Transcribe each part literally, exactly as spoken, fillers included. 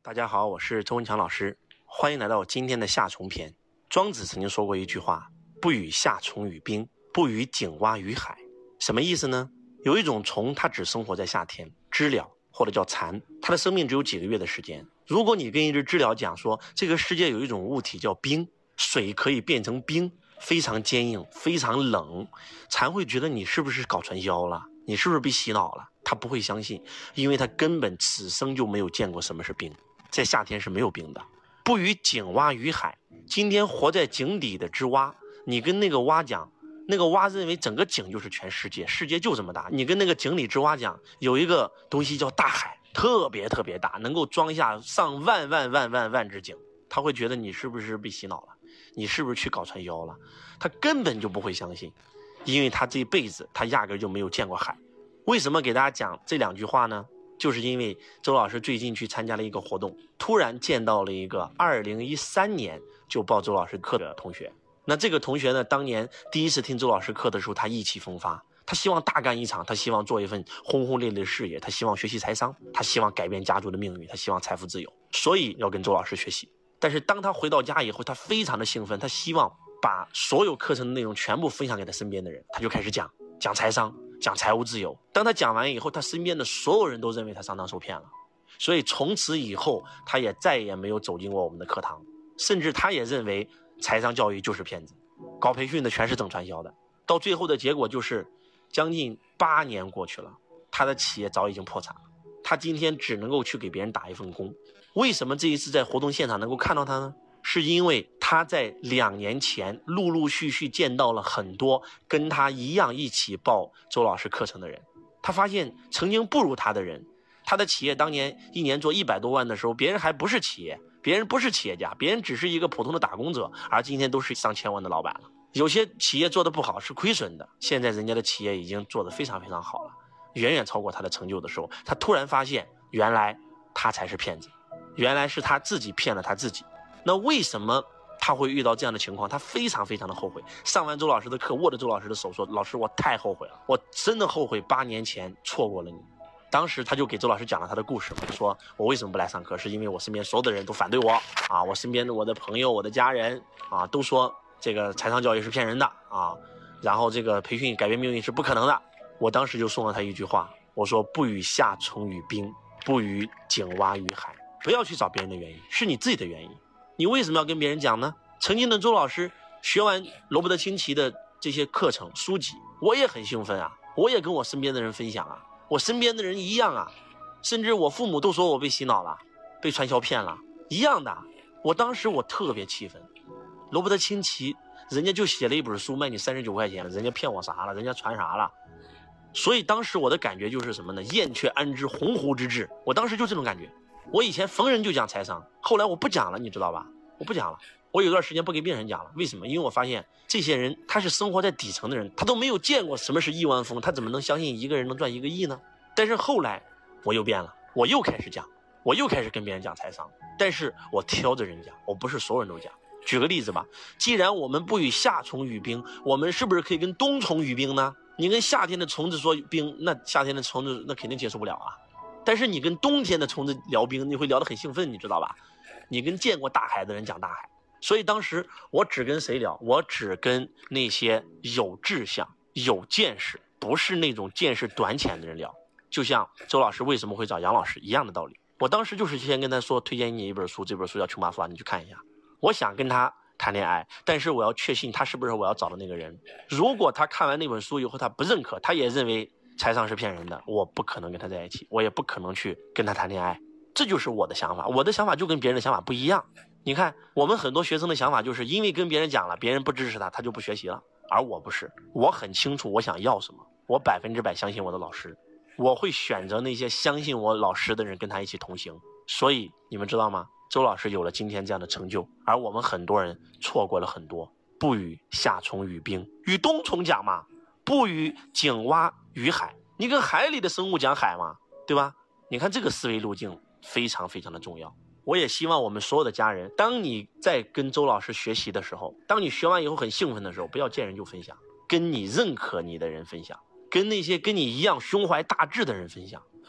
大家好，我是周文强老师，欢迎来到今天的夏虫篇。庄子曾经说过一句话：不与夏虫语冰，不与井蛙语海。什么意思呢？有一种虫，它只生活在夏天，知了或者叫蚕，它的生命只有几个月的时间。如果你跟一只知了讲说，这个世界有一种物体叫冰，水可以变成冰，非常坚硬，非常冷，蚕会觉得你是不是搞传销了？你是不是被洗脑了？他不会相信，因为他根本此生就没有见过什么是冰，在夏天是没有冰的。不与井蛙语海，今天活在井底的之蛙，你跟那个蛙讲，那个蛙认为整个井就是全世界，世界就这么大。你跟那个井里之蛙讲，有一个东西叫大海，特别特别大，能够装下上万万万万万只井，他会觉得你是不是被洗脑了？你是不是去搞传销了？他根本就不会相信，因为他这辈子他压根就没有见过海。为什么给大家讲这两句话呢？就是因为周老师最近去参加了一个活动，突然见到了一个二零一三年就报周老师课的同学。那这个同学呢，当年第一次听周老师课的时候，他意气风发，他希望大干一场，他希望做一份轰轰烈烈的事业，他希望学习财商，他希望改变家族的命运，他希望财富自由，所以要跟周老师学习。但是当他回到家以后，他非常的兴奋，他希望把所有课程的内容全部分享给他身边的人，他就开始讲讲财商，讲财务自由。当他讲完以后，他身边的所有人都认为他上当受骗了，所以从此以后他也再也没有走进过我们的课堂，甚至他也认为财商教育就是骗子，搞培训的全是整传销的。到最后的结果就是将近八年过去了，他的企业早已经破产了，他今天只能够去给别人打一份工。为什么这一次在活动现场能够看到他呢？是因为他在两年前陆陆续续见到了很多跟他一样一起报周老师课程的人，他发现曾经不如他的人，他的企业当年一年做一百多万的时候，别人还不是企业，别人不是企业家，别人只是一个普通的打工者，而今天都是上千万的老板了。有些企业做得不好是亏损的，现在人家的企业已经做得非常非常好了，远远超过他的成就的时候，他突然发现原来他才是骗子，原来是他自己骗了他自己。那为什么他会遇到这样的情况？他非常非常的后悔，上完周老师的课，握着周老师的手说，老师我太后悔了，我真的后悔八年前错过了你。当时他就给周老师讲了他的故事嘛，说我为什么不来上课，是因为我身边所有的人都反对我啊，我身边的我的朋友我的家人啊都说这个财商教育是骗人的啊，然后这个培训改变命运是不可能的。我当时就送了他一句话，我说不与夏虫语冰，不与井蛙语海。不要去找别人的原因，是你自己的原因。你为什么要跟别人讲呢？曾经的周老师学完罗伯特清崎的这些课程书籍，我也很兴奋啊，我也跟我身边的人分享啊，我身边的人一样啊，甚至我父母都说我被洗脑了，被传销骗了，一样的。我当时我特别气愤，罗伯特清崎人家就写了一本书卖你三十九块钱了，人家骗我啥了？人家传啥了？所以当时我的感觉就是什么呢？燕雀安知鸿鹄之志，我当时就这种感觉。我以前逢人就讲财商，后来我不讲了，你知道吧？我不讲了，我有段时间不给别人讲了。为什么？因为我发现这些人他是生活在底层的人，他都没有见过什么是亿万富翁，他怎么能相信一个人能赚一个亿呢？但是后来我又变了，我又开始讲，我又开始跟别人讲财商，但是我挑着人讲，我不是所有人都讲。举个例子吧，既然我们不与夏虫语冰，我们是不是可以跟冬虫语冰呢？你跟夏天的虫子说冰，那夏天的虫子那肯定接受不了啊。但是你跟冬天的虫子聊冰，你会聊得很兴奋，你知道吧？你跟见过大海的人讲大海。所以当时我只跟谁聊？我只跟那些有志向、有见识，不是那种见识短浅的人聊。就像周老师为什么会找杨老师一样的道理。我当时就是先跟他说，推荐你一本书，这本书叫《穷爸富爸》，你去看一下。我想跟他谈恋爱，但是我要确信他是不是我要找的那个人。如果他看完那本书以后他不认可，他也认为财商是骗人的，我不可能跟他在一起，我也不可能去跟他谈恋爱。这就是我的想法，我的想法就跟别人的想法不一样。你看我们很多学生的想法就是因为跟别人讲了，别人不支持他，他就不学习了。而我不是，我很清楚我想要什么，我百分之百相信我的老师，我会选择那些相信我老师的人跟他一起同行。所以你们知道吗？周老师有了今天这样的成就，而我们很多人错过了很多。不与夏虫语冰，与冬虫讲嘛，不与井蛙语海。你跟海里的生物讲海嘛，对吧？你看这个思维路径非常非常的重要。我也希望我们所有的家人，当你在跟周老师学习的时候，当你学完以后很兴奋的时候，不要见人就分享，跟你认可你的人分享，跟那些跟你一样胸怀大志的人分享。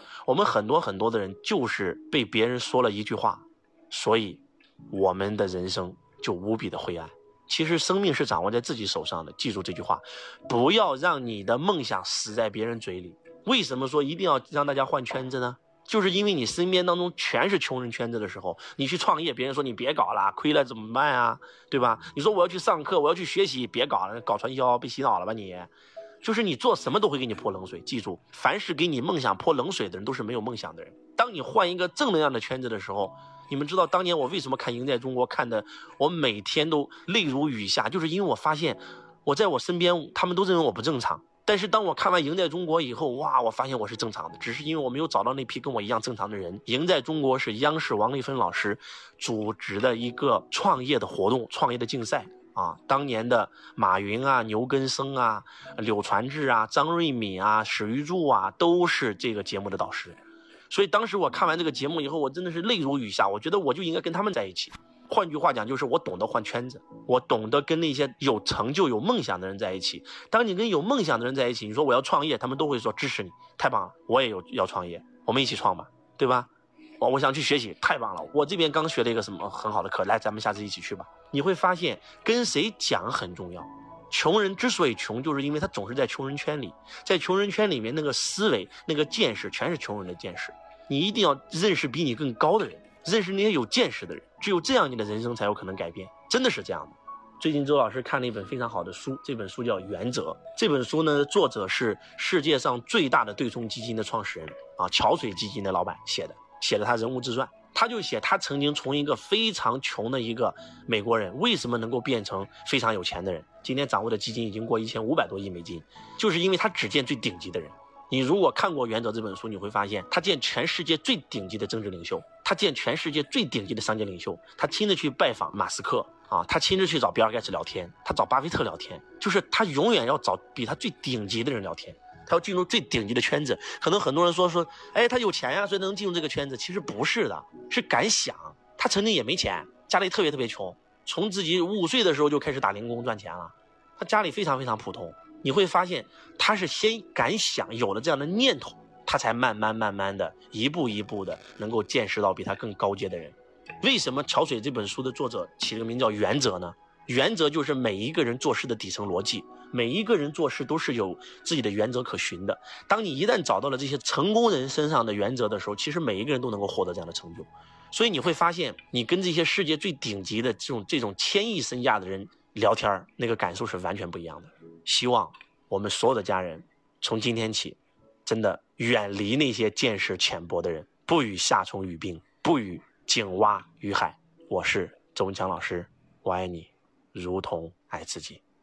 我们很多很多的人就是被别人说了一句话，所以我们的人生就无比的灰暗。其实生命是掌握在自己手上的，记住这句话，不要让你的梦想死在别人嘴里。为什么说一定要让大家换圈子呢？就是因为你身边当中全是穷人圈子的时候，你去创业，别人说你别搞了，亏了怎么办啊？对吧？你说我要去上课，我要去学习，别搞了，搞传销被洗脑了吧你？就是你做什么都会给你泼冷水。记住，凡是给你梦想泼冷水的人都是没有梦想的人。当你换一个正能量的圈子的时候，你们知道当年我为什么看赢在中国看的我每天都泪如雨下，就是因为我发现我在我身边他们都认为我不正常，但是当我看完赢在中国以后，哇，我发现我是正常的，只是因为我没有找到那批跟我一样正常的人。赢在中国是央视王丽芬老师组织的一个创业的活动，创业的竞赛啊，当年的马云啊、牛根生啊、柳传志啊、张瑞敏啊、史玉柱啊都是这个节目的导师。所以当时我看完这个节目以后，我真的是泪如雨下，我觉得我就应该跟他们在一起。换句话讲，就是我懂得换圈子，我懂得跟那些有成就有梦想的人在一起。当你跟有梦想的人在一起，你说我要创业，他们都会说支持你，太棒了，我也有要创业，我们一起创吧，对吧？我我想去学习，太棒了，我这边刚学了一个什么很好的课，来咱们下次一起去吧。你会发现跟谁讲很重要。穷人之所以穷，就是因为他总是在穷人圈里，在穷人圈里面那个思维那个见识全是穷人的见识。你一定要认识比你更高的人，认识那些有见识的人，只有这样你的人生才有可能改变，真的是这样的。最近周老师看了一本非常好的书，这本书叫《原则》。这本书呢，作者是世界上最大的对冲基金的创始人啊，桥水基金的老板写的，写了他人物自传。他就写他曾经从一个非常穷的一个美国人，为什么能够变成非常有钱的人，今天掌握的基金已经过一千五百多亿美金，就是因为他只见最顶级的人。你如果看过《原则》这本书，你会发现他见全世界最顶级的政治领袖，他见全世界最顶级的商界领袖，他亲自去拜访马斯克啊，他亲自去找比尔盖茨聊天，他找巴菲特聊天，就是他永远要找比他最顶级的人聊天，他要进入最顶级的圈子。可能很多人说说，哎，他有钱呀，所以能进入这个圈子，其实不是的，是敢想。他曾经也没钱，家里特别特别穷，从自己五岁的时候就开始打零工赚钱了，他家里非常非常普通。你会发现他是先敢想，有了这样的念头，他才慢慢慢慢的一步一步的能够见识到比他更高阶的人。为什么桥水这本书的作者起了个名叫原则呢？原则就是每一个人做事的底层逻辑，每一个人做事都是有自己的原则可循的。当你一旦找到了这些成功人身上的原则的时候，其实每一个人都能够获得这样的成就。所以你会发现你跟这些世界最顶级的这种这种千亿身价的人聊天，那个感受是完全不一样的。希望我们所有的家人从今天起真的远离那些见识浅薄的人，不与夏虫语冰，不与井蛙与海。我是周文强老师，我爱你如同爱自己。